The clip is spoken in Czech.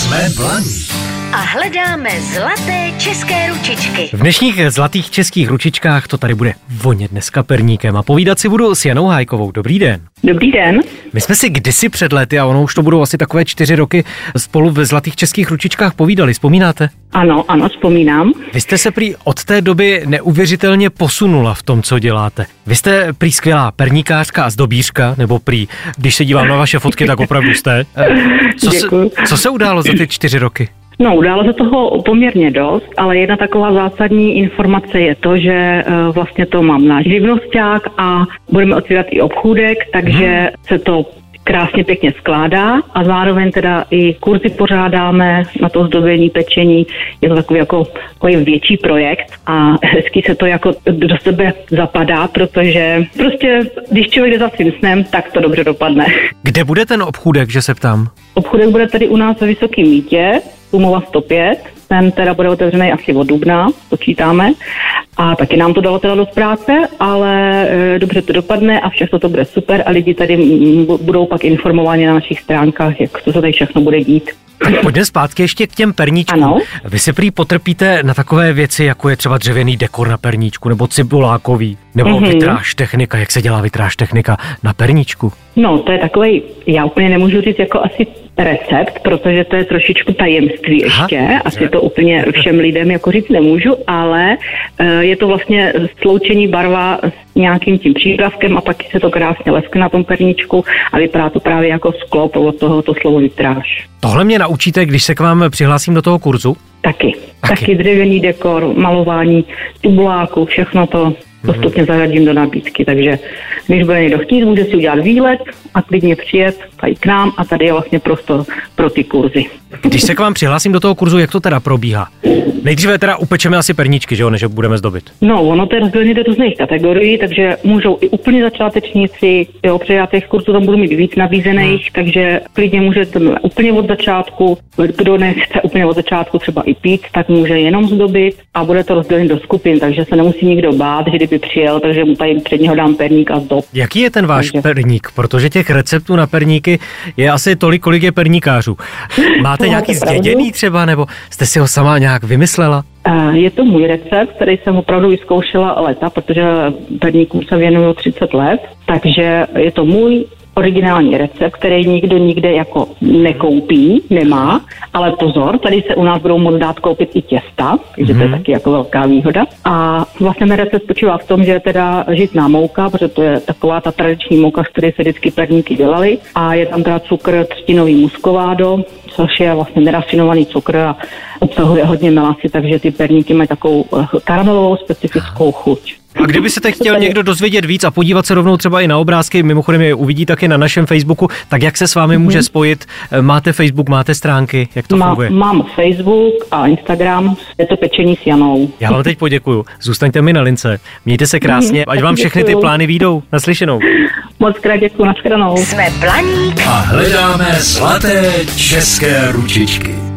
Jsme Blaník. A hledáme zlaté české ručičky. V dnešních zlatých českých ručičkách to tady bude vonět dneska perníkem a povídat si budu s Janou Hájkovou. Dobrý den. Dobrý den. My jsme si kdysi před lety, a ono už to budou asi takové 4 roky, spolu v zlatých českých ručičkách povídali. Vzpomínáte? Ano, vzpomínám. Vy jste se prý od té doby neuvěřitelně posunula v tom, co děláte. Vy jste prý skvělá perníkářka a zdobířka, nebo prý, když se dívám na vaše fotky, tak opravdu jste. Co se událo za ty 4 roky? No, událo se toho poměrně dost, ale jedna taková zásadní informace je to, že vlastně to mám náš živnosťák a budeme otvírat i obchůdek, takže se to krásně pěkně skládá a zároveň teda i kurzy pořádáme na to zdobění, pečení. Je to takový větší projekt a hezky se to jako do sebe zapadá, protože prostě, když člověk jde za svým snem, tak to dobře dopadne. Kde bude ten obchůdek, že se ptám? Obchůdek bude tady u nás ve Vysokém Mýtě, Umova 105. Ten teda bude otevřený asi od dubna, počítáme. A taky nám to dalo teda dost práce, ale dobře to dopadne a všechno to bude super a lidi tady budou pak informováni na našich stránkách, jak to se tady všechno bude dít. Tak pojďme zpátky ještě k těm perníčkům. Ano. Vy se prý potrpíte na takové věci, jako je třeba dřevěný dekor na perníčku, nebo cibulákový, nebo vitráž technika. Jak se dělá vitráž technika na perníčku? No, to je takovej, já úplně nemůžu říct jako asi recept, protože to je trošičku tajemství ještě. Asi to úplně všem lidem jako říct nemůžu, ale je to vlastně sloučení barva s nějakým tím přípravkem a pak se to krásně leskne na tom perníčku a vypadá to právě jako sklo, podle toho to slovo vitráž. Tohle mě naučíte, když se k vám přihlásím do toho kurzu? Taky dřevěný dekor, malování tubuláku, všechno to postupně zařadím do nabídky, takže když bude někdo chtít, může si udělat výlet a klidně přijet tady k nám a tady je vlastně prostor pro ty kurzy. Když se k vám přihlásím do toho kurzu, jak to teda probíhá? Nejdříve teda upečeme asi perníčky, že jo, než budeme zdobit. No, ono to je rozdělené do různých kategorií, takže můžou i úplně začátečníci, jo, protože já těch kurzů tam budu mít víc nabízených, takže klidně můžete úplně od začátku, kdo nechce úplně od začátku třeba i pít, tak může jenom zdobit a bude to rozdělené do skupin, takže se nemusí nikdo bát, že kdyby přijel, takže mu tady před něho dám perník a zdob. Jaký je ten váš perník? Protože těch receptů na perníky je asi tolik, kolik je perníkářů. Máte nějaký zděděný třeba, nebo jste si ho sama nějak vymyslela? Je to můj recept, který jsem opravdu vyzkoušela léta, protože perníkům se věnuju 30 let, takže je to můj originální recept, který nikdo nikde jako nekoupí, nemá, ale pozor, tady se u nás budou moct dát koupit i těsta, takže to je taky jako velká výhoda. A vlastně ten recept spočívá v tom, že je teda žitná mouka, protože to je taková ta tradiční mouka, z které se vždycky perníky dělaly a je tam teda cukr třtinový muscovádo, což je vlastně nerafinovaný cukr a obsahuje hodně melasy, takže ty perníky mají takovou karamelovou specifickou chuť. A kdyby se teď chtěl někdo dozvědět víc a podívat se rovnou třeba i na obrázky, mimochodem je uvidí taky na našem Facebooku, tak jak se s vámi může spojit? Máte Facebook, máte stránky, jak to funguje? Mám Facebook a Instagram, je to Pečení s Janou. Já vám teď poděkuju, zůstaňte mi na lince, mějte se krásně, ať vám všechny ty plány výjdou. Naslyšenou. Moc krát děkuju, nashledanou. Jsme Blaník A hledáme zlaté české ručičky.